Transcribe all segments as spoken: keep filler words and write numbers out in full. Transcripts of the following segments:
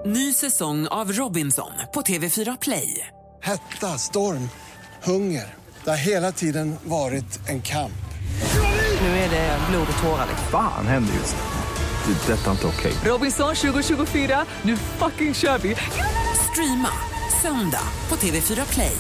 Ny säsong av Robinson på T V fyra Play. Hetta, storm, hunger. Det har hela tiden varit en kamp. Nu är det blod och tårar. Fan händer just det. Det är detta inte okej. Robinson tjugo tjugofyra, nu fucking kör vi. Streama söndag på T V fyra Play.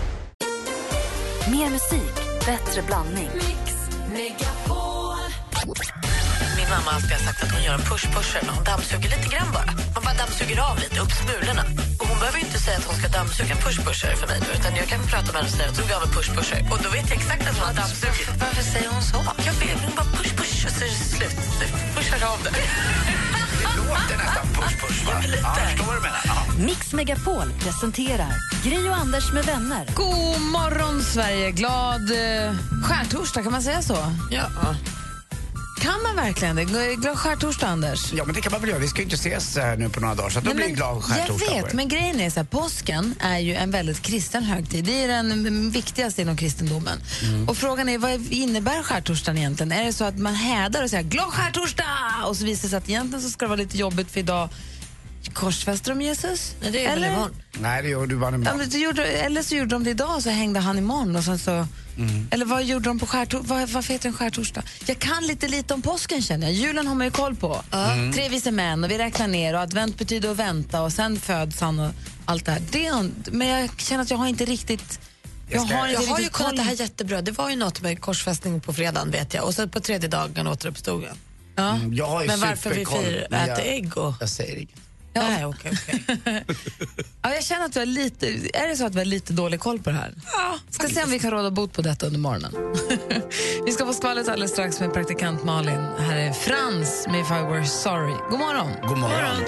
Mer musik, bättre blandning. Mix Megapol. Min mamma har alltid sagt att hon gör en push-pusher när hon dammsuger lite grann bara. Man bara dammsuger av lite, upp smulorna. Och hon behöver inte säga att hon ska dammsuga en push-pusher för mig nu, utan jag kan prata med henne och säga att hon ska av en push-pusher. Och då vet jag exakt att hon har dammsugit. Varför säger hon så? Jag vet, hon bara push-push och så är det slut. Pushar av det. Det låter nästan push-push, va? Ja, jag förstår vad du menar. Ja. Mix Megapol presenterar Gry och Anders med vänner. God morgon, Sverige. Glad eh, skärtorsdag, kan man säga så? Ja. Kan man verkligen det? Glad skärtorsdag, Anders? Ja, men det kan man väl göra. Vi ska ju inte ses här nu på några dagar, så då Nej, blir men, det glad skärtorsdag. Jag vet, men grejen är så här, påsken är ju en väldigt kristen högtid. Det är den viktigaste inom kristendomen. Mm. Och frågan är, vad innebär skärtorsdagen egentligen? Är det så att man hädar och säger glad skärtorsdag? Och så visar det sig att egentligen så ska det vara lite jobbigt för idag korsfäster de Jesus? Nej, det är eller? Imorgon. Nej, det gör du bara imorgon. Ja, men så gjorde, eller så gjorde de det idag och så hängde han imorgon och sen så... Mm. Eller vad gjorde de på skärtorsdag? Vad, varför heter den skärtorsdag? Jag kan lite lite om påsken, känner jag. Julen har man ju koll på. Mm. Tre vise män och vi räknar ner och advent betyder att vänta och sen föds han och allt det här. Det är, men jag känner att jag har inte riktigt... Jag, ska, jag har, inte jag har ju kollat koll. Det här jättebra. Det var ju något med korsfästning på fredagen, vet jag. Och sen på tredje dagen återuppstod jag. Ja. Mm, jag har ju men varför vi fyr, äter jag, ägg och... Jag säger inget. Ja. Nej, okej, okej. Ja, jag känner att vi har lite... Är det så att vi har lite dålig koll på det här? Ja. Ska se om vi kan råda bot på detta under morgonen. Vi ska få skvallret alldeles strax med praktikant Malin. Här är Frans med If I Were Sorry. God morgon. God morgon.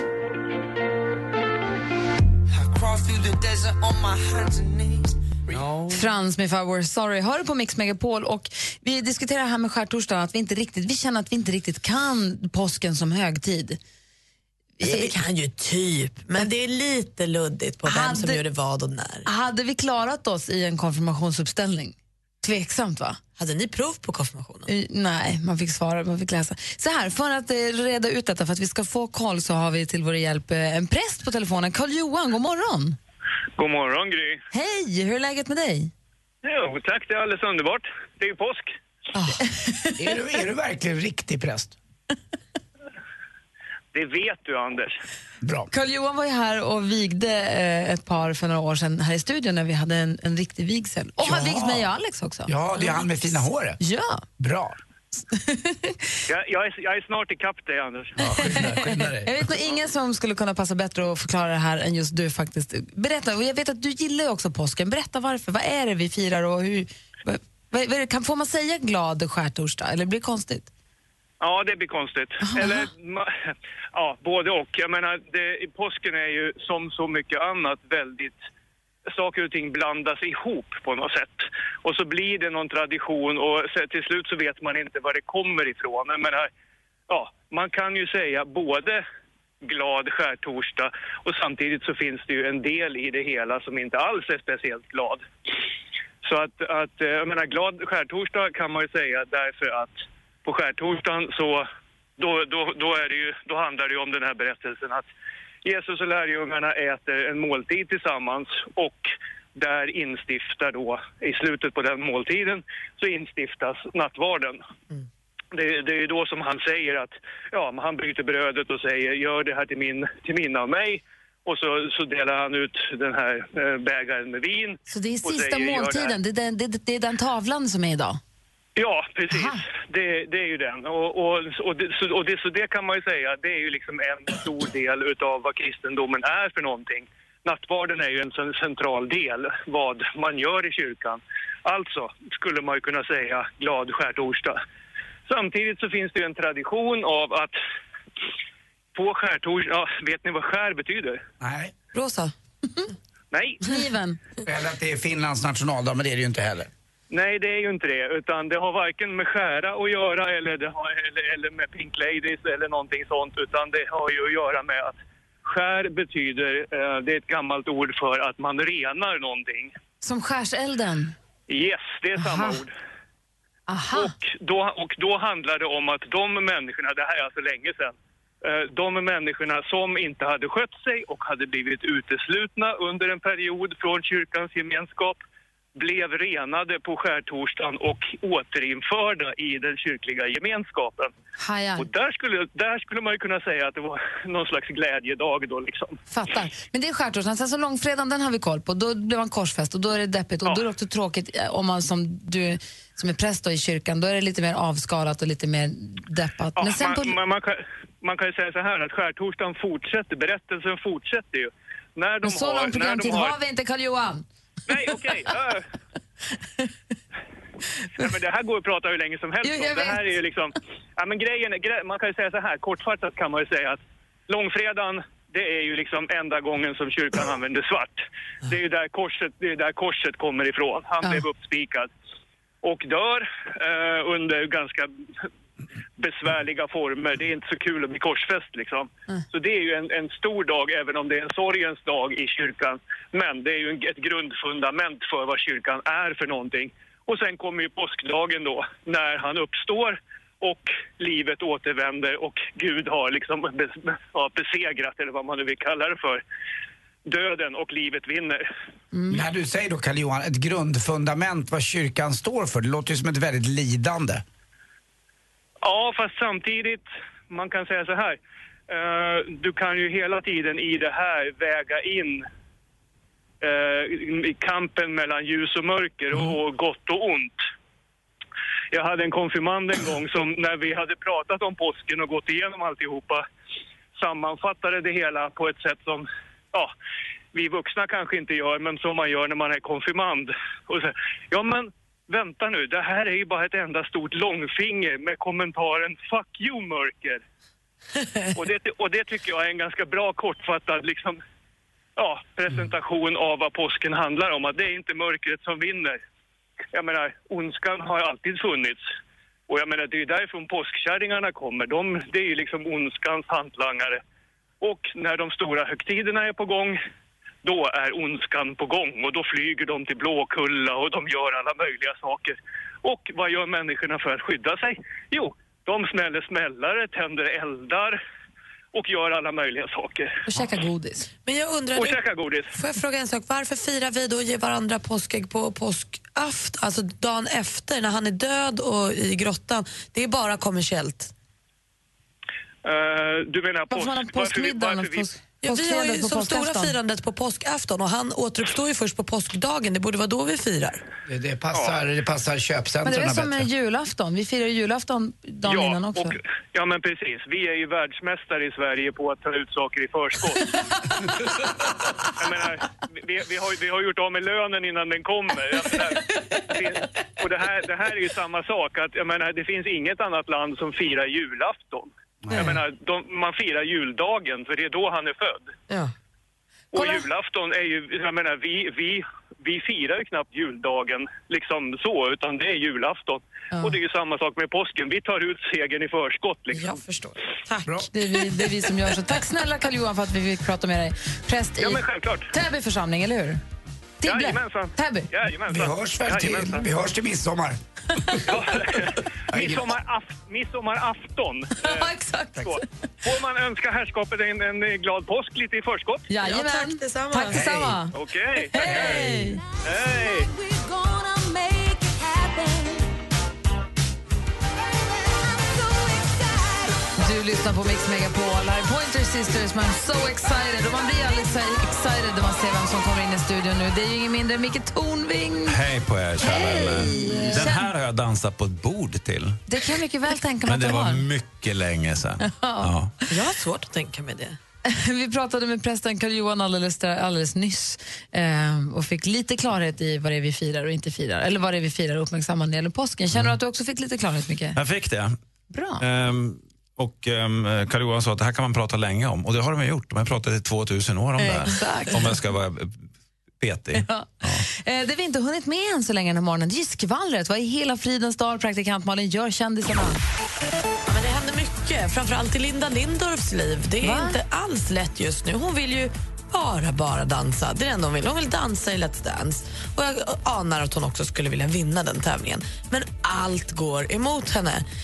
No. Frans med If I Were Sorry. Hör du på Mix Megapol, och vi diskuterar här med skärtorsdagen att vi inte riktigt, vi känner att vi inte riktigt kan påsken som högtid. Alltså, vi kan ju typ, men det är lite luddigt på vem hade, som gör det vad och när. Hade vi klarat oss i en konfirmationsuppställning? Tveksamt, va? Hade ni prov på konfirmationen? Uh, nej, man fick svara, man fick läsa. Så här, för att uh, reda ut detta, för att vi ska få koll, så har vi till vår hjälp uh, en präst på telefonen. Karl-Johan, god morgon. God morgon, Gry. Hej, hur är läget med dig? Jo, tack, det är alldeles underbart. Det är ju påsk. Oh. är, du, är du verkligen riktig präst? Det vet du, Anders. Bra. Karl-Johan var ju här och vigde eh, ett par för några år sedan här i studion när vi hade en, en riktig vigsel. Och ja. Han vigde mig och Alex också. Ja, det är han med fina håret. Ja. Bra. jag, jag, är, jag är snart i kapp dig, Anders. Ja, skynda, skynda dig. Jag vet nog ingen som skulle kunna passa bättre att förklara det här än just du faktiskt. Berätta, och jag vet att du gillar ju också påsken. Berätta varför. Vad är det vi firar och hur... Vad, vad, kan, får man säga glad skärtorsdag eller blir det konstigt? Ja, det blir konstigt. Aha. Eller, ja, både och. Jag menar, det, påsken är ju som så mycket annat väldigt... Saker och ting blandas ihop på något sätt. Och så blir det någon tradition och till slut så vet man inte var det kommer ifrån. Jag menar, ja, man kan ju säga både glad skärtorsdag och samtidigt så finns det ju en del i det hela som inte alls är speciellt glad. Så att, att jag menar, glad skärtorsdag kan man ju säga därför att på skärtorsdagen så då, då, då, är det ju, då handlar det ju om den här berättelsen att Jesus och lärjungarna äter en måltid tillsammans och där instiftar då, i slutet på den måltiden, så instiftas nattvarden. Mm. Det, det är ju då som han säger att, ja, han bryter brödet och säger gör det här till min, till min av mig. Och så, så delar han ut den här äh, bägaren med vin. Så det är sista säger, måltiden, det, det, är den, det, det är den tavlan som är idag? Ja, precis. Det, det är ju den. Och, och, och, det, så, och det, så det kan man ju säga, det är ju liksom en stor del utav vad kristendomen är för någonting. Nattvarden är ju en central del vad man gör i kyrkan. Alltså skulle man ju kunna säga glad skärtorsdag. Samtidigt så finns det ju en tradition av att på skärtorsdag, ja, vet ni vad skär betyder? Nej. Rosa. Nej. Kniven. Eller att det är Finlands nationaldag, men det är det ju inte heller. Nej, det är ju inte det, utan det har varken med skära att göra eller, det har, eller, eller med Pink Ladies eller någonting sånt, utan det har ju att göra med att skär betyder, eh, det är ett gammalt ord för att man renar någonting. Som skärselden? Yes, det är Aha. samma ord. Aha. Och då, och då handlar det om att de människorna, det här är alltså länge sedan, de människorna som inte hade skött sig och hade blivit uteslutna under en period från kyrkans gemenskap blev renade på skärtorsdagen och återinförda i den kyrkliga gemenskapen. Hajar. Och där skulle, där skulle man ju kunna säga att det var någon slags glädjedag då liksom. Fattar. Men det är skärtorsdagen. Sen så långfredagen, den har vi koll på. Då blir man korsfäst och då är det deppigt. Och Ja. då är det också tråkigt om man som du som är präst då i kyrkan, då är det lite mer avskalat och lite mer deppat. Ja, Men sen man, på... man, man, kan, man kan ju säga så här att skärtorsdagen fortsätter, berättelsen fortsätter ju. När de Men så har, lång programtid när de har... har vi inte, Karl-Johan. Nej, okej. Okay. Ja, men det här går att prata hur länge som helst Jo, jag om. Det här vet. är ju liksom... Ja, men grejen, gre... Man kan ju säga så här, kortfattat kan man ju säga att långfredagen, det är ju liksom enda gången som kyrkan använder svart. Det är ju där korset, det är där korset kommer ifrån. Han Ja. blev uppspikad och dör eh, under ganska besvärliga former. Det är inte så kul att bli korsfäst liksom. Mm. Så det är ju en, en stor dag, även om det är en sorgens dag i kyrkan. Men det är ju en, ett grundfundament för vad kyrkan är för någonting. Och sen kommer ju påskdagen då, när han uppstår och livet återvänder och Gud har liksom bes- ja, besegrat, eller vad man nu vill kalla det för, döden, och livet vinner. Mm. När du säger då, Karl-Johan, ett grundfundament vad kyrkan står för, det låter ju som ett väldigt lidande. Ja, fast samtidigt, man kan säga så här, eh, du kan ju hela tiden i det här väga in eh, i kampen mellan ljus och mörker och gott och ont. Jag hade en konfirmand en gång som, när vi hade pratat om påsken och gått igenom alltihopa, sammanfattade det hela på ett sätt som, ja, vi vuxna kanske inte gör, men som man gör när man är konfirmand. Och så, ja men vänta nu, det här är ju bara ett enda stort långfinger med kommentaren fuck you mörker. och, det, och det tycker jag är en ganska bra kortfattad liksom, ja, presentation av vad påsken handlar om. Att det är inte mörkret som vinner. Jag menar, ondskan har alltid funnits. Och jag menar, det är ju därifrån påskkärringarna kommer. De, det är ju liksom ondskans hantlangare. Och när de stora högtiderna är på gång, då är ondskan på gång. Och då flyger de till Blåkulla och de gör alla möjliga saker. Och vad gör människorna för att skydda sig? Jo, de smäller smällare, tänder eldar och gör alla möjliga saker. Och käka godis. Men jag undrar, Och nu, käka godis. får jag fråga en sak? Varför firar vi då och ger varandra påskägg på påskafton, alltså dagen efter, när han är död och i grottan? Det är bara kommersiellt. Uh, du menar Varför man har påsk... varför vi- påskmiddagen varför och vi- påsk... Ja, vi har ju påskfredag på som stora påskafton. firandet på påskafton och han återuppstår ju först på påskdagen. Det borde vara då vi firar. Det, det passar, det passar Men det är köpcentren väl som bättre. med julafton. Vi firar ju julafton dagen Ja, innan också. och, ja, men precis. Vi är ju världsmästare i Sverige på att ta ut saker i förskott. Jag menar, vi, vi, har, vi har gjort av med lönen innan den kommer. Jag menar, det finns, och det här, det här är ju samma sak. Att, jag menar, det finns inget annat land som firar julafton. Jag menar, de, man firar juldagen, för det är då han är född. Ja. Och Kolla. julafton är ju, jag menar, vi, vi, vi firar ju knappt juldagen liksom så, utan det är julafton. Ja. Och det är ju samma sak med påsken. Vi tar ut segern i förskott liksom. Jag förstår. Tack. Bra. Det är, vi, det är vi som gör så. Tack snälla Karl-Johan för att vi fick prata med dig. Präst Ja, i men självklart. Täby församling, eller hur? Tibble. Jajamensan. Täby. Jajamensan. Vi hörs väl till, Jajamensan. vi hörs till midsommar. Ja. Midsommaraft, midsommarafton. Ja, exakt. Så. Får man önska herrskapet en, en glad påsk lite i förskott? Jajamän. Ja, tack detsamma. Tack detsamma. Okej. Hej! Hej! Du lyssnar på Mix Megapol. Här är Pointer Sisters, man so excited. Och man blir alldeles så excited när man ser vem som kommer in i studion nu. Det är ju ingen mindre än Micke Tornving. Hej på er, kära Hej. vänner. Den här har jag dansat på ett bord till. Det kan jag mycket väl tänka mig Men att det du var har. mycket länge sedan. Ja. Jag har svårt att tänka mig det. Vi pratade med prästen Karl-Johan alldeles, alldeles nyss eh, och fick lite klarhet i vad det är vi firar och inte firar. Eller vad det är vi firar och uppmärksammar när det gäller påsken. Känner du att du också fick lite klarhet, Micke? Jag fick det. Bra. Ehm, och um, Karl-Johan sa att det här kan man prata länge om. Och det har de gjort. De har pratat i tvåtusen år om det här. Exakt. Om jag ska vara petig. Ja. Eh, det vi inte hunnit med än så länge den här morgonen, det är skvallret. Vad i hela fridens dag praktikant Malin gör kändisarna? Ja, men det händer mycket, framförallt i Linda Lindorffs liv. Det är Va? inte alls lätt just nu. Hon vill ju bara, bara dansa. Det är det enda hon vill. Hon vill dansa i Let's Dance. Och jag anar att hon också skulle vilja vinna den tävlingen. Men allt går emot henne.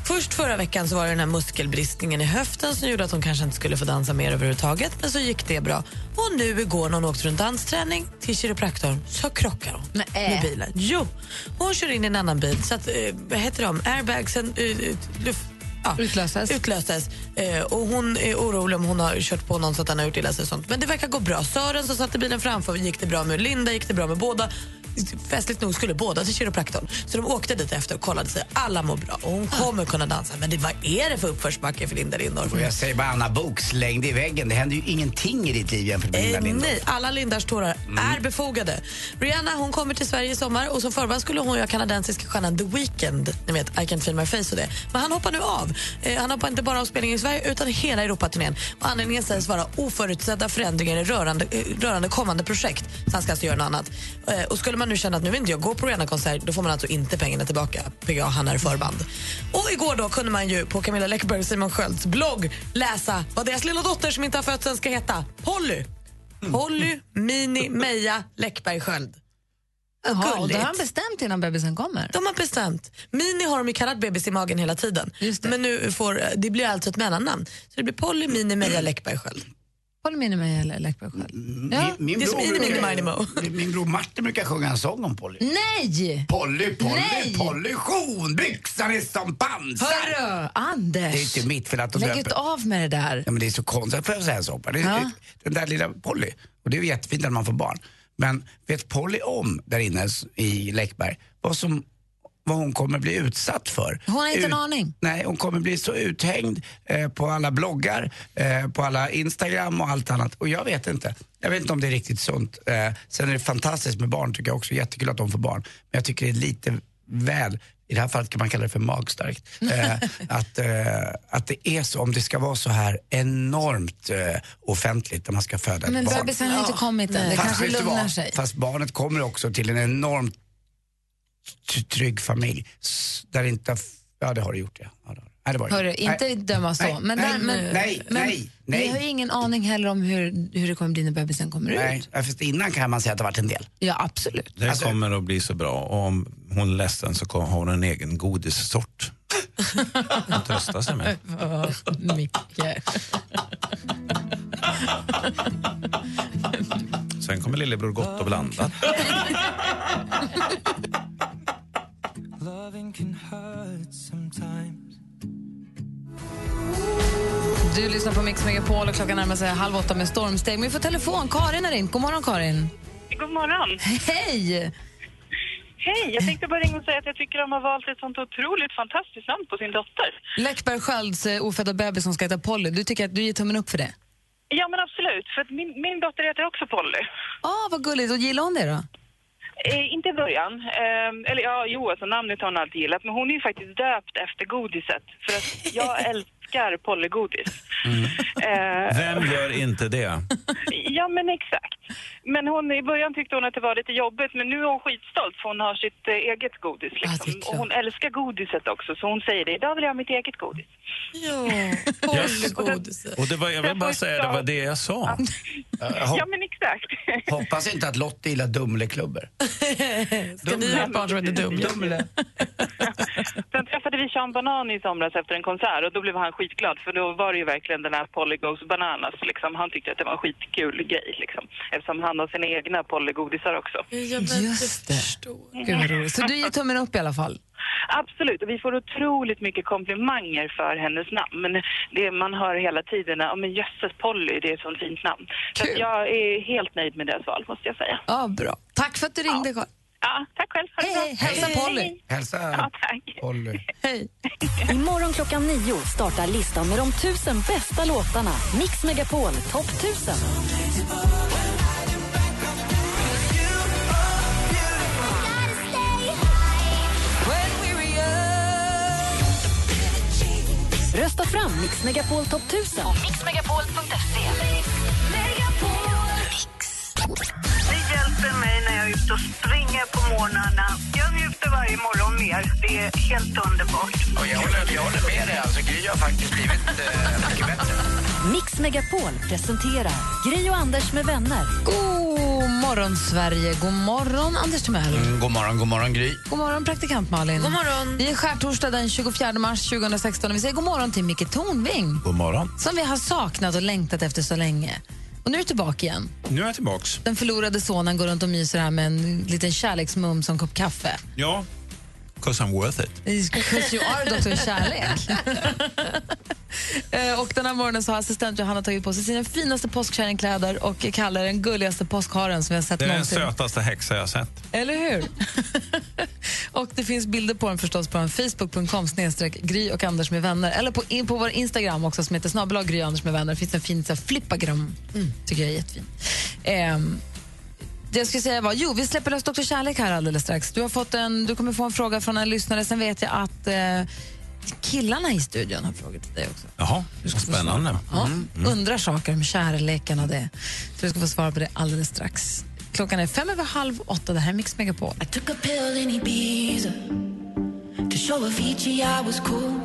Först förra veckan så var det den här muskelbristningen i höften som gjorde att hon kanske inte skulle få dansa mer överhuvudtaget, men så gick det bra. Och nu igår när hon åkte runt dansträning till kiropraktorn så krockar hon Nej. med bilen. Jo, hon kör in i en annan bil så att, eh, vad heter de? Airbagsen, eh, luft, ja, utlöses. utlöstes. Eh, och hon är orolig om hon har kört på någon så att han har gjort illa sig och sånt. Men det verkar gå bra. Sören som satte bilen framför gick det bra med. Linda gick det bra med. Båda, festligt nog skulle båda till kiropraktorn. Så de åkte dit efter och kollade sig. Alla mår bra och hon kommer kunna dansa. Men det, vad är det för uppförsbacke för Linda Lindorff? Och jag säger bara Anna Bok, släng dig i väggen. Det händer ju ingenting i ditt liv jämfört med Linda Eh, Lindorff. nej, alla Lindars tårar Mm. är befogade. Rihanna, hon kommer till Sverige i sommar och som förband skulle hon göra kanadensiska stjärnan The Weeknd. Ni vet, I Can't Feel My Face och det. Men han hoppar nu av. Eh, han hoppar inte bara av spelningen i Sverige utan hela Europaturnén. Och anledningen sägs vara oförutsedda förändringar i rörande, eh, rörande kommande projekt. Så han ska alltså göra något annat. Eh, och skulle man nu känna att nu vill inte jag gå på Rihanna-konsert, då får man alltså inte pengarna tillbaka. P G A, han är förband. Och igår då kunde man ju på Camilla Läckberg och Simon Skölds blogg läsa vad deras lilla dotter som inte har fötts än ska heta. Polly. Polly, Mini, Meja, Läckberg, Sköld. Jaha, och det har han bestämt innan bebisen kommer. De har bestämt. Mini har de ju kallat bebis i magen hela tiden. Men nu får, det blir alltså ett mellannamn. Så det blir Polly, Mini, Meja, Läckberg, Sköld. Polly, Mini, Meja, Läckberg, Sköld. Ja. Min, min, Det är som bror Mini, Mini, brukar- Mini, Mo. min bror Martin brukar sjunga en sång om Polly. Nej! Polly, Polly, Nej! pollution, byxan är som pansar. Hörru, Anders! Det är inte mitt fel att de Lägg döper. inte av med det där. Ja, men det är så konstigt, får jag säga så? Det är, Ja. Den där lilla Polly, och det är ju jättefint när man får barn. Men vet Polly om där inne i Läckberg vad, som, vad hon kommer bli utsatt för? Hon har inte Ut, en aning. Nej, hon kommer bli så uthängd eh, på alla bloggar, eh, på alla Instagram och allt annat. Och jag vet inte. Jag vet inte om det är riktigt sunt. Eh, sen är det fantastiskt med barn, tycker jag också. Jättekul att de får barn. Men jag tycker det är lite väl, i det här fallet kan man kalla det för magstarkt, eh, att, eh, att det är så, om det ska vara så här enormt eh, offentligt när man ska föda ett Men barn. bebisen har inte kommit än. Det Fast kanske vet du lugnar vad? sig. Fast barnet kommer också till en enormt t- trygg familj s- där inte, ja det har det gjort, ja. Ja, det har det. Nej, det var det. Hörru, inte Nej. döma så. Nej, men nej, där, men, nej, men nej, vi nej. har ju ingen aning heller om hur, hur det kommer bli när bebisen kommer Nej, ut. fast innan kan man säga att det har varit en del. Ja, absolut. Det Alltså- kommer att bli så bra. Och om hon är ledsen så kommer hon en egen godissort. Att trösta sig med. Micke. Sen kommer lillebror Gott och blandat. Du lyssnar på Mix Megapol och klockan närmar sig halv åtta med stormsteg. Men vi får telefon. Karin är in. God morgon, Karin. God morgon. Hej! Hej, jag tänkte bara ringa och säga att jag tycker de har valt ett sånt otroligt fantastiskt namn på sin dotter. Läckberg Skölds eh, ofödda bebis som ska heta Polly. Du tycker att du ger tummen upp för det? Ja, men absolut. För att min, min dotter heter också Polly. Ah, vad gulligt. Och gillar hon det då? Eh, inte i början. Eh, eller ja, jo, alltså namnet har hon alltid gillat. Men hon är ju faktiskt döpt efter godiset. För att jag älskar Polly-godis. Mm. Eh, Vem gör inte det? Ja, men exakt. Men hon, i början tyckte hon att det var lite jobbigt, men nu är hon skitstolt för hon har sitt eh, eget godis. Liksom. Ja, och hon älskar godiset också, så hon säger det. Idag vill jag ha mitt eget godis. Ja, Polly-godiset. Och det var, jag vill bara säga, det var det jag sa. Jag hop- Ja, men exakt. hoppas inte att Lotte gillar Dumleklubbor. Ska ni ha ett barn som heter Dumle? Dumle. Sen träffade vi Sean Banan i somras efter en konsert och då blev han skitglad för då var det ju verkligen den här Polly Goes Bananas. Liksom. Han tyckte att det var en skitkul grej liksom. Eftersom han har sina egna Polly-godisar också. Ja, men Just det. förstår. Gud vad roligt. Så du ger tummen upp i alla fall? Absolut, och vi får otroligt mycket komplimanger för hennes namn. Men det man hör hela tiden, ja men jösses Polly, det är ett sånt fint namn. Så att jag är helt nöjd med deras val, måste jag säga. Ja, bra. Tack för att du ringde, Karin. Ja, tack själv. Ha det Hej, bra. hej. Hälsa Polly. Hej. Hälsa Ja, tack. Polly. Hej. Imorgon klockan nio startar listan med de tusen bästa låtarna. Mix Megapol topp tusen. Rösta fram Mix Megapol topp tusen på mixmegapol punkt se. Det hjälper mig när jag är ute och springer på morgnarna. Jag njuter varje morgon mer här. Det är helt underbart. Och jag håller, jag håller med dig. Alltså, Gry har faktiskt blivit eh, mycket bättre. Mix Megapol presenterar Gry och Anders med vänner. God morgon, Sverige. God morgon, Anders Timell. Mm, god morgon, god morgon, Gry. God morgon, praktikant Malin. God morgon. Vi är skärtorsdag den tjugofjärde mars tjugohundrasexton och vi säger god morgon till Micke Tornving. God morgon. Som vi har saknat och längtat efter så länge. Och nu är du tillbaka igen. Nu är jag tillbaks. Den förlorade sonen går runt och myser här med en liten kärleksmum som kopp kaffe. Ja, 'cause I'm worth it. Because you are doktor Kärlek. Eh, och den här morgonen så har assistent Johanna tagit på sig sina finaste påskkärringkläder och kallar den gulligaste påskharen som vi har sett Det är den någonsin. sötaste häxa jag har sett. Eller hur? Och det finns bilder på den förstås på facebook punkt com snedstreck Gry och Anders med vänner. Eller på, in, på vår Instagram också som heter snabel-a Gry och Anders med vänner. Det finns en fin så här, flippagram. Mm. Tycker jag är jättefin. Um, det jag skulle säga var, jo, vi släpper lös doktor Kärlek här alldeles strax. Du, har fått en, du kommer få en fråga från en lyssnare. Sen vet jag att uh, killarna i studion har frågat till dig också. Jaha, det är spännande. Ja, mm. undrar saker om kärleken och det. Så du ska få svara på det alldeles strax. Klockan är fem över halv åtta. Det här är Mix Megapol. I took a pill in Ibiza to show Avicii I was cool.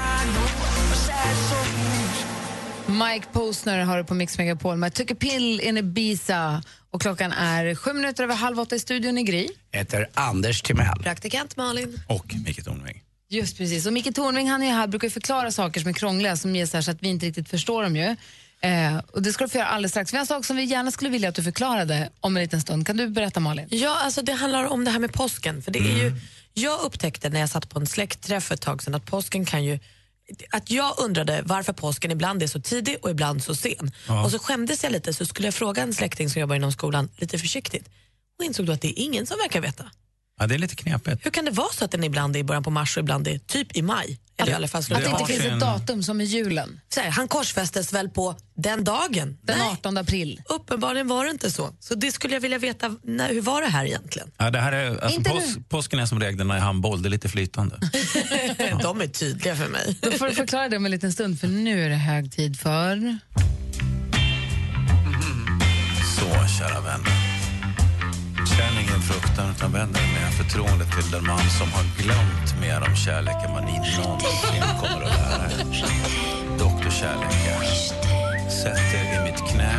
Mike Posner har det på Mix Megapol med I took a pill in Ibiza. Och klockan är sju minuter över halv åtta i studion i Gry. Heter Anders Timell. Praktikant Malin. Och Micke Tornving. Just precis. Och Micke Tornving, han är här, brukar förklara saker som är krångliga som ger så, här, så att vi inte riktigt förstår dem ju. Eh, och det ska du få göra alldeles strax. Vi har en sak som vi gärna skulle vilja att du förklarade om en liten stund. Kan du berätta, Malin? Ja, alltså det handlar om det här med påsken. För det är ju, jag upptäckte när jag satt på en släktträff för ett tag sedan att påsken kan ju... Att jag undrade varför påsken ibland är så tidig och ibland så sen. Ja. Och så skämdes jag lite, så skulle jag fråga en släkting som jobbar inom skolan lite försiktigt. Och insåg då att det är ingen som verkar veta. Ja, det är lite knepigt. Hur kan det vara så att den ibland är i början på mars och ibland är typ i maj? Eller i alla fall att det inte finns sin... ett datum som är julen. Så här, han korsfästes väl på den dagen? Den Nej. artonde april. Uppenbarligen var det inte så. Så det skulle jag vilja veta, när, hur var det här egentligen? Ja, det här är, alltså, pås, påsken är som reglerna i handboll, det är lite flytande. Ja. De är tydliga för mig. Då får du förklara det om en liten stund, för nu är det hög tid för... Mm. Så, kära vänner. Känn ingen fruktan utan vänder med förtroende till den man som har glömt mer om kärlek än man någonsin kommer att lära er. doktor Kärlek. Sätt er i mitt knä.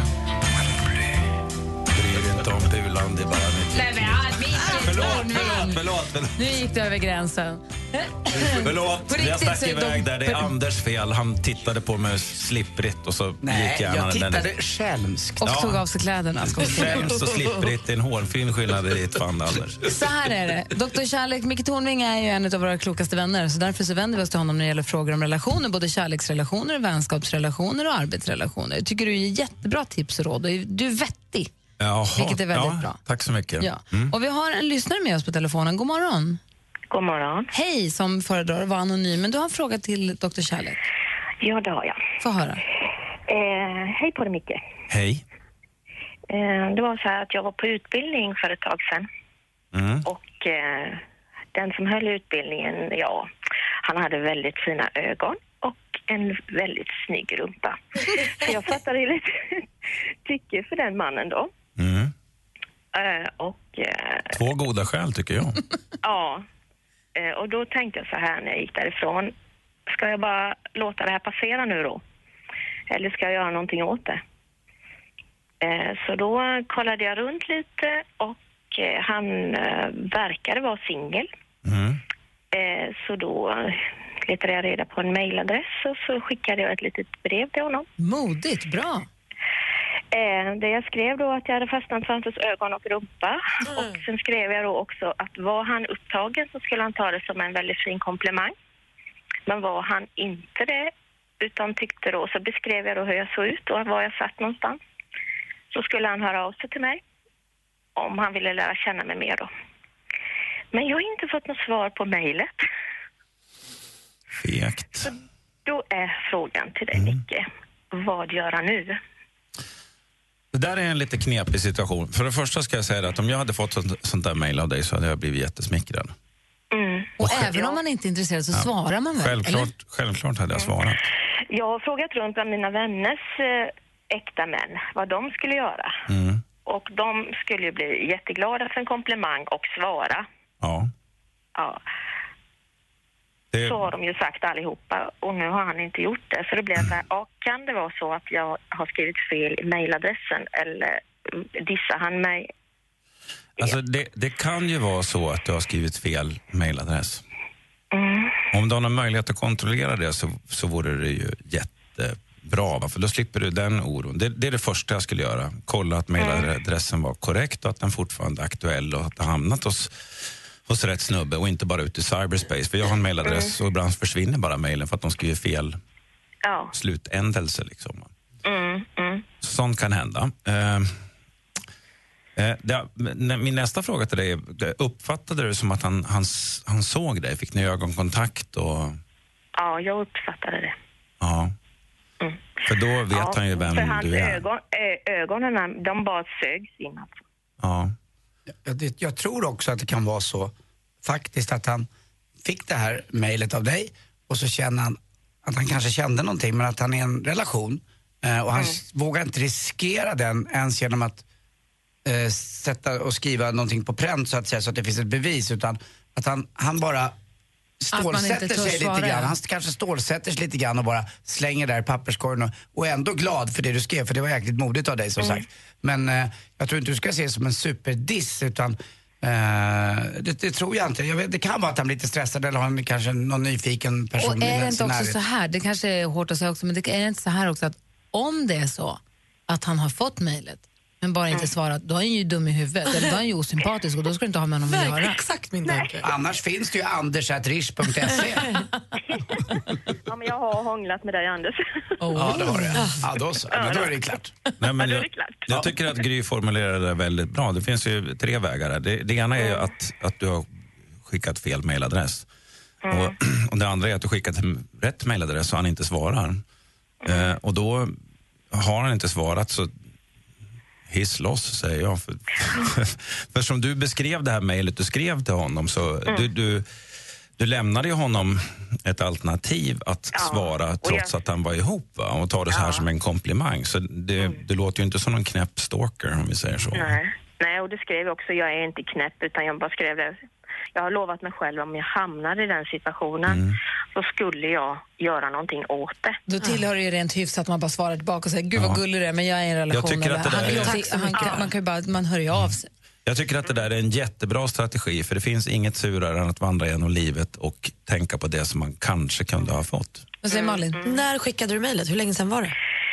Bryr dig inte om bulan, det är bara mitt... Nej, men jag förlåt, förlåt, förlåt, förlåt. Nu gick det över gränsen. Förlåt, jag stack iväg där. Det är Anders fel. Han tittade på mig slipprigt och så Nej, gick jag. jag tittade skälmskt. Och ja. tog av sig kläderna. Skälmskt och slipprigt, det är en hårfin skillnad i ditt fan, Anders. Så här är det. doktor Kärlek, Micke Tornving är ju en av våra klokaste vänner. Så därför så vänder vi oss till honom när det gäller frågor om relationer. Både kärleksrelationer, vänskapsrelationer och arbetsrelationer. Jag tycker du är jättebra tips och råd. Du är vettig. Jaha, vilket är väldigt ja, bra. Tack så mycket. Ja. Mm. Och vi har en lyssnare med oss på telefonen. God morgon. God morgon. Hej, som föredrar att vara anonym. Men du har en fråga till doktor Kärlek. Ja, det har jag. Få höra. Eh, hej på dig, Micke. Hej. Eh, det var så här att jag var på utbildning för ett tag sedan. Mm. Och eh, den som höll utbildningen, ja, han hade väldigt fina ögon och en väldigt snygg rumpa. Så jag fattade lite tycke för den mannen då. Mm. Eh, och, eh, Två goda skäl tycker jag. Ja, eh, och då tänkte jag så här när jag gick därifrån. Ska jag bara låta det här passera nu då? Eller ska jag göra någonting åt det? Eh, så då kollade jag runt lite och eh, han eh, verkade vara singel. Mm. Eh, så då letade jag reda på en mailadress och så skickade jag ett litet brev till honom. Modigt, bra. Eh, det jag skrev då att jag hade fastnat för hans ögon och rumpa. Mm. Och sen skrev jag då också att var han upptagen så skulle han ta det som en väldigt fin komplimang. Men var han inte det utan tyckte då, så beskrev jag då hur jag såg ut och var jag satt någonstans. Så skulle han höra av sig till mig om han ville lära känna mig mer då. Men jag har inte fått något svar på mejlet. Fegt. Så då är frågan till dig, mm. Nicke. Vad gör han nu? Det där är en lite knepig situation. För det första ska jag säga att om jag hade fått sånt, sånt där mejl av dig så hade jag blivit jättesmickrad. Mm. Och, och även om man inte är intresserad så ja. svarar man väl? Självklart, självklart hade jag svarat. Jag har frågat runt bland mina vänners eh, äkta män vad de skulle göra. Mm. Och de skulle ju bli jätteglada för en komplimang och svara. Ja. Ja. Det... Så har de ju sagt allihopa och nu har han inte gjort det. Så det blir så här, ja, kan det vara så att jag har skrivit fel i mejladressen eller dissar han mig? Alltså det, det kan ju vara så att du har skrivit fel mejladress. Mm. Om du har någon möjlighet att kontrollera det så, så vore det ju jättebra. Va? För då slipper du den oron. Det, det är det första jag skulle göra. Kolla att mejladressen var korrekt och att den fortfarande är aktuell och att det har hamnat hos, hos rätt snubbe och inte bara ute i cyberspace. För jag har en mejladress mm. och ibland försvinner bara mejlen för att de skriver fel ja. slutändelse. Liksom. Mm. Mm. Sånt kan hända. Uh, Det, min nästa fråga till dig är, uppfattade du som att han, han, han såg dig? Fick ni ögonkontakt? Och... Ja, jag uppfattade det. Ja. Mm. För då vet ja, han ju vem för hans du är. Ögon, ö, ögonen, de bara sögs in. Alltså. Ja. Jag, det, jag tror också att det kan vara så faktiskt att han fick det här mejlet av dig och så känner han att han kanske kände någonting men att han är i en relation eh, och han mm. vågar inte riskera den ens genom att Eh, sätta och skriva någonting på pränt så att säga så att det finns ett bevis utan att han, han bara stålsätter sig lite svara. grann. Han kanske stålsätter sig lite grann och bara slänger där papperskorgen och, och är ändå glad för det du skrev för det var jäkligt modigt av dig som mm. sagt. Men eh, jag tror inte du ska se det som en superdiss utan eh, det, det tror jag inte. Jag vet, det kan vara att han blir lite stressad eller har kanske någon nyfiken person. Och är det inte också så här, det kanske är hårt att säga också men det är inte så här också att om det är så att han har fått mejlet men bara inte svarat, då är han ju dum i huvudet eller då är han ju osympatisk och då ska du inte ha med honom att göra. Exakt min tanke. Annars finns det ju anders at rish punkt se. Ja, men jag har hånglat med dig, Anders. Oh. Ja, det har det. Ja, då så. Men då är det klart. Nej, men ja, jag, det är klart. jag tycker att Gry formulerar det väldigt bra. Det finns ju tre vägar här. Det, det ena är ju att, att du har skickat fel mejladress. Mm. Och, och det andra är att du skickat rätt mejladress och han inte svarar. Mm. Eh, och då har han inte svarat så hiss loss, säger jag. För, för som du beskrev det här mejlet du skrev till honom så mm. du, du, du lämnade ju honom ett alternativ att ja. svara trots jag... att han var ihop va? Och ta det så här ja. som en komplimang. Så det, mm. det låter ju inte som någon knäpp stalker om vi säger så. Nej, Nej och det skrev jag också. Jag är inte knäpp utan jag bara skrev det. Jag har lovat mig själv om jag hamnar i den situationen mm. så skulle jag göra någonting åt det. Då tillhör det ju rent hyfsat att man bara svarar tillbaka och säger gud vad ja. gullig du är men jag är i en relation. Jag tycker att det där är... han, han, han, man kan ju bara, man hör ju av sig. Jag tycker att det där är en jättebra strategi för det finns inget surare än att vandra genom livet och tänka på det som man kanske kunde ha fått. Vad säger Malin? Mm. När skickade du mejlet? Hur länge sedan var det?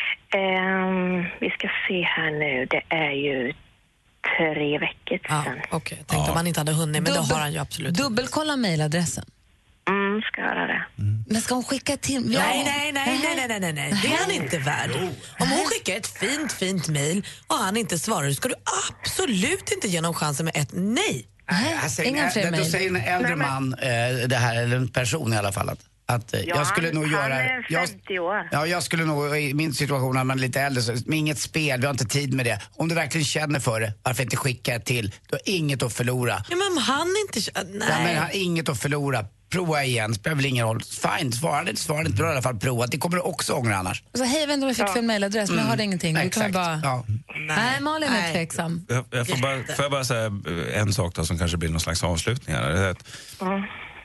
Um, vi ska se här nu. Det är ju tre veckor sedan. Ah, Okej, okay. Jag tänkte ja. man inte hade hunnit, men Dubbel, det har han ju absolut. Dubbelkolla mejladressen. Mm, ska göra det. Mm. Men ska hon skicka till... Ja. Nej, nej, nej, nej, nej, nej, nej. Det är han inte värd. Om hon skickar ett fint, fint mejl och han inte svarar, ska du absolut inte ge någon chansen med ett nej. Nej, jag säger, Ingen fler mejl. Då säger en äldre man, eh, det här, eller en person i alla fall, att Att ja, jag skulle han, nog göra... Han är femtio jag, år. Ja, jag skulle nog i min situation när man är lite äldre, så, med inget spel, vi har inte tid med det. Om du verkligen känner för det, varför inte skicka ett till? Du har inget att förlora. Ja, men han inte... Nej. Ja, men han har inget att förlora. Prova igen, spelar väl ingen roll. Fine, svara inte, svara inte bra i alla fall, prova. Det kommer du också ångra annars. Alltså, hej, jag vet inte om jag fick ja. fel mejladress, men jag hörde ingenting. Nej, du kan bara... ja. Nej, Nej Malin är tveksam. Jag, jag får, bara, får jag bara säga en sak då, som kanske blir någon slags avslutning här. Det är att, mm.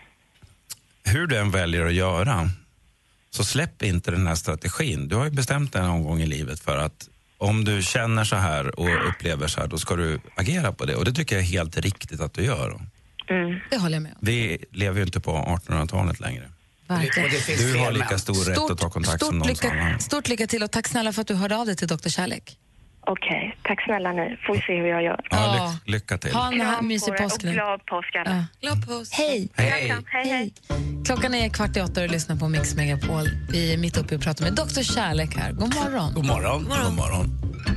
hur du än väljer att göra, så släpp inte den här strategin. Du har ju bestämt dig någon gång i livet för att om du känner så här och upplever så här, då ska du agera på det. Och det tycker jag är helt riktigt att du gör. Mm. Det håller jag med om. Vi lever ju inte på artonhundratalet längre. Verkligen. Du har lika stor rätt stort, att ta kontakt stort som någon lycka, annan. Stort lycka till och tack snälla för att du hörde av dig till doktor Kärlek. Okej, okay. Tack snälla nu. Får vi se hur jag gör. Ja, lyck, lycka till. Ha en här mysig påsk nu. Glad påsk alla. Ja. Glad påsk. Hej. Hej. Hej, hej. Klockan är kvart i åtta och du lyssnar på Mix Megapol. Vi är mitt uppe och pratar med doktor Kärlek här. God morgon. God morgon. God morgon. God morgon.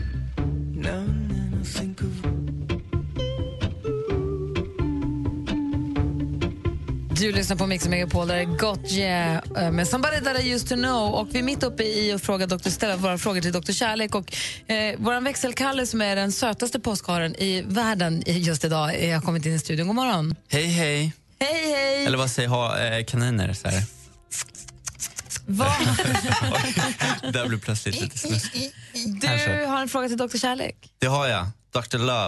Du lyssnar på Mix Megapol, där är Got Yeah med Somebody That I Used To Know. Och vi är mitt uppe i att fråga doktor, ställa våra frågor till doktor Kärlek. Och eh, vår växelkalle som är den sötaste påskharen i världen just idag har kommit in i studion. God morgon. Hej, hej. Hej, hej. Eller vad säger ha eh, kaniner så här. Vad? Där blir plötsligt lite snusk. Du Kanske. har en fråga till doktor Kärlek. Det har jag. doktor Love.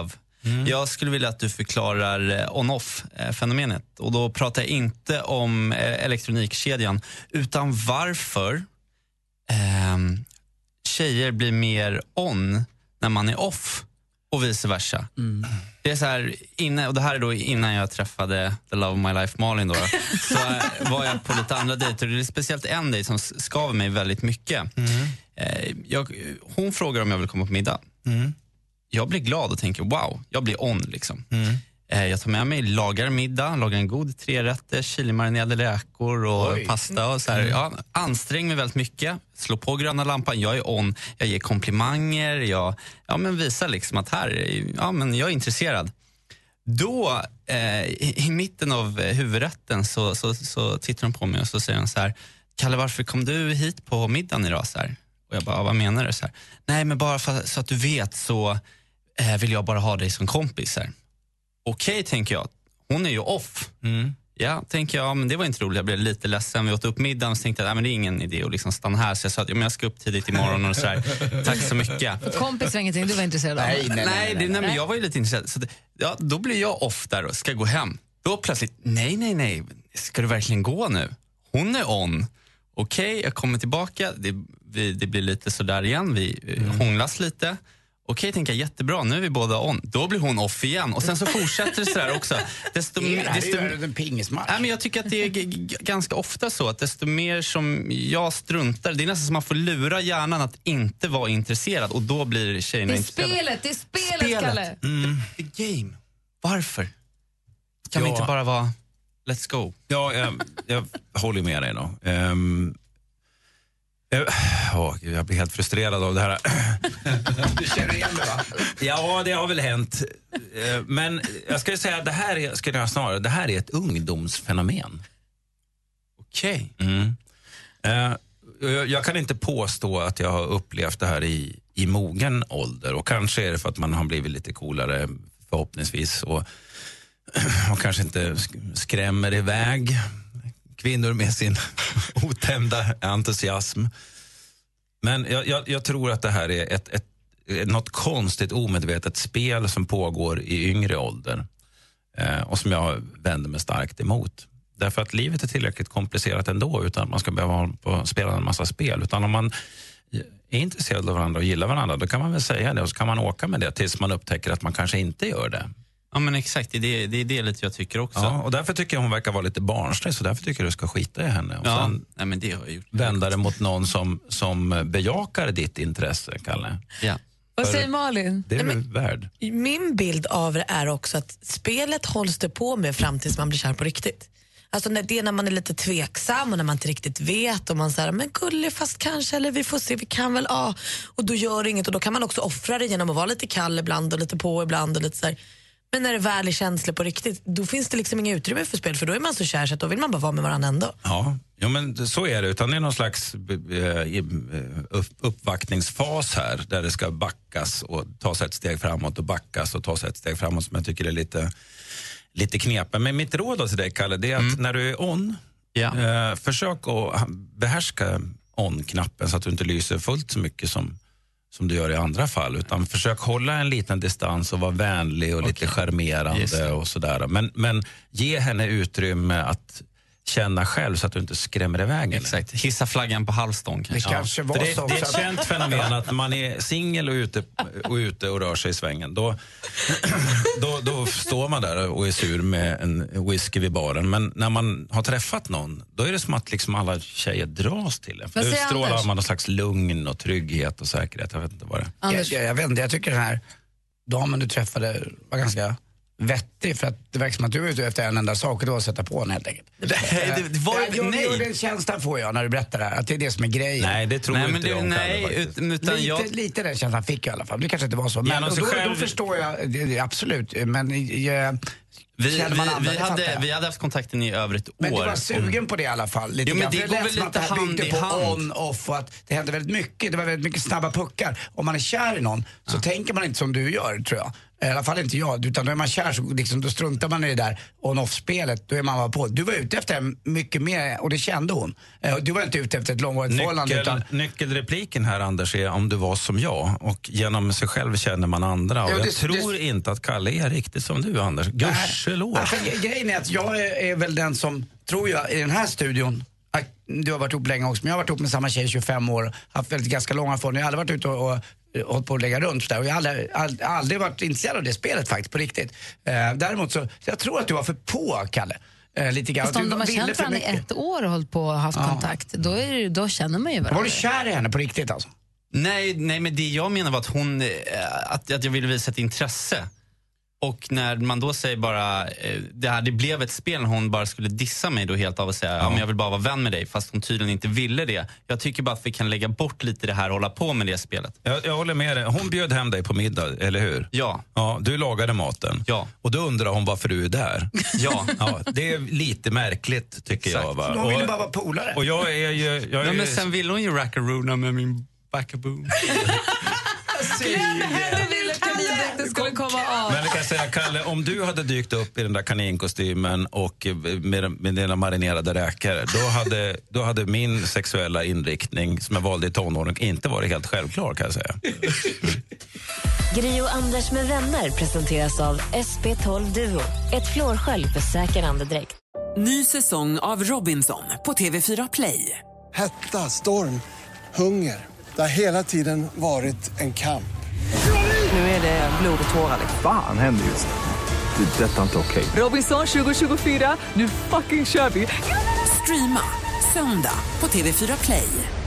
Mm. Jag skulle vilja att du förklarar on-off-fenomenet. Och då pratar jag inte om elektronikkedjan, utan varför eh, tjejer blir mer on när man är off och vice versa. Mm. Det är så här, innan, och det här är då innan jag träffade The Love of My Life Malin då, då så var jag på lite andra dejter. Det är speciellt en dejt som skaver mig väldigt mycket. Mm. Eh, jag, hon frågar om jag vill komma på middag. Mm. Jag blir glad och tänker, wow, jag blir on liksom. Mm. Eh, jag tar med mig, lagar middag, lagar en god tre rätter, chilimarinerade räkor och Oj. pasta och så här. Ja, anstränger mig väldigt mycket, slår på gröna lampan, jag är on, jag ger komplimanger, jag ja, men visar liksom att här, ja, men jag är intresserad. Då, eh, i, i mitten av huvudrätten så, så, så tittar hon på mig och så säger hon så här, Kalle, varför kom du hit på middagen idag? Så här. Och jag bara, vad menar du? Så här, nej, men bara för, så att du vet så eh, vill jag bara ha dig som kompis här. Okej, okay, tänker jag. Hon är ju off. Mm. Ja, tänker jag, men det var inte roligt. Jag blev lite ledsen. Vi åt upp middagen och tänkte jag, nej, men det är ingen idé att liksom stanna här. Så jag sa att ja, men jag ska upp tidigt imorgon och så här. Tack så mycket. Kompis var ingenting du var intresserad av? Nej, nej, nej, nej, nej, nej, nej men jag var ju lite intresserad. Så det, ja, då blir jag off där och ska gå hem. Då plötsligt, nej, nej, nej. Ska du verkligen gå nu? Hon är on. Okej, okay, jag kommer tillbaka. Det, vi, det blir lite sådär igen. Vi mm. hånglas lite. Okej, tänker jag, jättebra, nu är vi båda on. Då blir hon off igen. Och sen så fortsätter det sådär också. Desto, det är desto, ju en pingismatch. Nej, men jag tycker att det är g- g- ganska ofta så att desto mer som jag struntar, det är nästan som man får lura hjärnan att inte vara intresserad. Och då blir tjejerna intresserade. Det är spelet, det är spelet, spelet. Kalle. Mm. The game. Varför? Kan ja. vi inte bara vara let's go? Ja, jag, jag håller med dig då. Um, Oh, jag blir helt frustrerad av det här. Du känner igen det, va? Ja, det har väl hänt. Men jag skulle säga att det här är, skulle jag snarare, det här är ett ungdomsfenomen. Okej. Okay. Mm. Uh, jag kan inte påstå att jag har upplevt det här i, i mogen ålder. Och kanske är det för att man har blivit lite coolare förhoppningsvis. Och, och kanske inte skrämmer iväg kvinnor med sin otämjda entusiasm. Men jag, jag, jag tror att det här är ett, ett, något konstigt omedvetet spel som pågår i yngre ålder. Eh, och som jag vänder mig starkt emot. Därför att livet är tillräckligt komplicerat ändå utan att man ska behöva hålla på och spela en massa spel. Utan om man är intresserad av varandra och gillar varandra, då kan man väl säga det och så kan man åka med det tills man upptäcker att man kanske inte gör det. Ja, men exakt, det är, det är det lite jag tycker också. Ja, och därför tycker jag hon verkar vara lite barnslig, så därför tycker jag du ska skita i henne. Och ja, sen nej, men det har jag gjort. Vända det mot någon som, som bejakar ditt intresse, Kalle. Ja. Vad säger Malin? Det är nej, du värd. Min bild av det är också att spelet hålls det på med fram tills man blir kär på riktigt. Alltså när det är när man är lite tveksam och när man inte riktigt vet och man säger men gullig fast kanske eller vi får se, vi kan väl ja. Och då gör det inget och då kan man också offra det genom att vara lite kall ibland och lite på ibland och lite så här. Men när det väl är känslor på riktigt, då finns det liksom inga utrymme för spel, för då är man så kär så att då vill man bara vara med varandra ändå. Ja, ja men så är det, utan det är någon slags uppvaktningsfas här där det ska backas och ta sig ett steg framåt och backas och ta sig ett steg framåt som jag tycker är lite, lite knepen. Men mitt råd då till dig, Kalle, det är att mm. när du är on, ja. eh, försök att behärska on-knappen så att du inte lyser fullt så mycket som som du gör i andra fall, utan försök hålla en liten distans och vara vänlig och okay. lite charmerande och sådär. Men, men ge henne utrymme att känna själv så att du inte skrämmer iväg henne. Exakt, hissa flaggan på halvstång kanske. Det kanske var det, så. Det är ett känt fenomen att man är singel och ute, och ute och rör sig i svängen. Då, då, då står man där och är sur med en whisky vid baren. Men när man har träffat någon, då är det som att liksom alla tjejer dras till en. För då utstrålar man någon slags lugn och trygghet och säkerhet. Jag vet inte vad det är. Anders, jag, jag vet inte, jag tycker den här damen du träffade var ganska vettig, för att det verkar som att du är ute efter en enda sak och det var att sätta på den helt enkelt. Det, det, det var, jag, jag, nej. jag, den känslan får jag när du berättar det här, att det är det som är grejen. Nej, det tror nej, inte det, jag om nej, Kalle, ut, utan lite, jag... lite den känslan fick jag i alla fall. Det kanske inte var så. Men ja, då, själv... då förstår jag, det, det, absolut. Men jag, Vi, känner man vi, andra, vi, det fattar hade, jag. vi hade haft kontakt i över ett år. Men du var sugen på det i alla fall. Lite Jo, men grann. det För går lät väl som att lite det här hand byggde i på hand. on-off och att det hände väldigt mycket. Det var väldigt mycket snabba puckar. Om man är kär i någon så tänker man inte som du gör, tror jag. I alla fall inte jag, utan då är man kär så liksom, då struntar man i det där on-off-spelet. Då är man bara på. Du var ute efter mycket mer och det kände hon. Du var inte ute efter ett långvarigt förhållande. Nyckel, Utan... Nyckelrepliken här, Anders, är om du var som jag. Och genom sig själv känner man andra. Och Jo, jag det- tror det- inte att Kalle är riktigt som du, Anders. Gudskelov. Alltså, grejen är att jag är, är väl den som, tror jag, i den här studion, att du har varit ihop länge också, men jag har varit ihop med samma tjej i tjugofem år, haft väldigt ganska långa förhållanden. Jag har aldrig varit ute och, och hållit på att lägga runt där och jag har aldrig, aldrig, aldrig varit intresserad av det spelet faktiskt, på riktigt. Eh, däremot så, så jag tror att du var för på, Kalle. Eh, lite grann. Fast Att om du de har ville känt för varandra i mycket. ett år och hållit på och haft Ja. kontakt, då, är det, då känner man ju varandra. Var du kär i henne på riktigt alltså? Nej, nej, men det jag menar var att hon, eh, att, att jag ville visa ett intresse. Och när man då säger bara, eh, det här, det blev ett spel när hon bara skulle dissa mig då helt av och säga, ja. men jag vill bara vara vän med dig, fast hon tydligen inte ville det. Jag tycker bara att vi kan lägga bort lite det här och hålla på med det spelet. Jag, jag håller med dig. Hon bjöd hem dig på middag, eller hur? Ja. Ja, du lagade maten. Ja. Och då undrar hon varför du är där. Ja. Ja, det är lite märkligt, tycker jag. Va? De ville Och- bara vara polare. Och jag är ju... Jag är Ja, ju men sen ville hon ju rackaroona med min backaboom. Det skulle komma av. Men jag kan säga, Kalle, om du hade dykt upp i den där kaninkostymen och med, med dina marinerade räkor, då hade, då hade min sexuella inriktning som jag valde i tonåren inte varit helt självklar, kan jag säga. Gri och Anders med vänner presenteras av S P tolv Duo. Ett flårskölj för säker andedräkt. Ny säsong av Robinson på T V fyra Play. Hetta, storm, hunger. Det har hela tiden varit en kamp. Nu är det blod och tårar. Fan händer just det. Det är detta inte okej. Robinson tjugo tjugofyra, nu fucking kör vi. Streama söndag på T V fyra Play.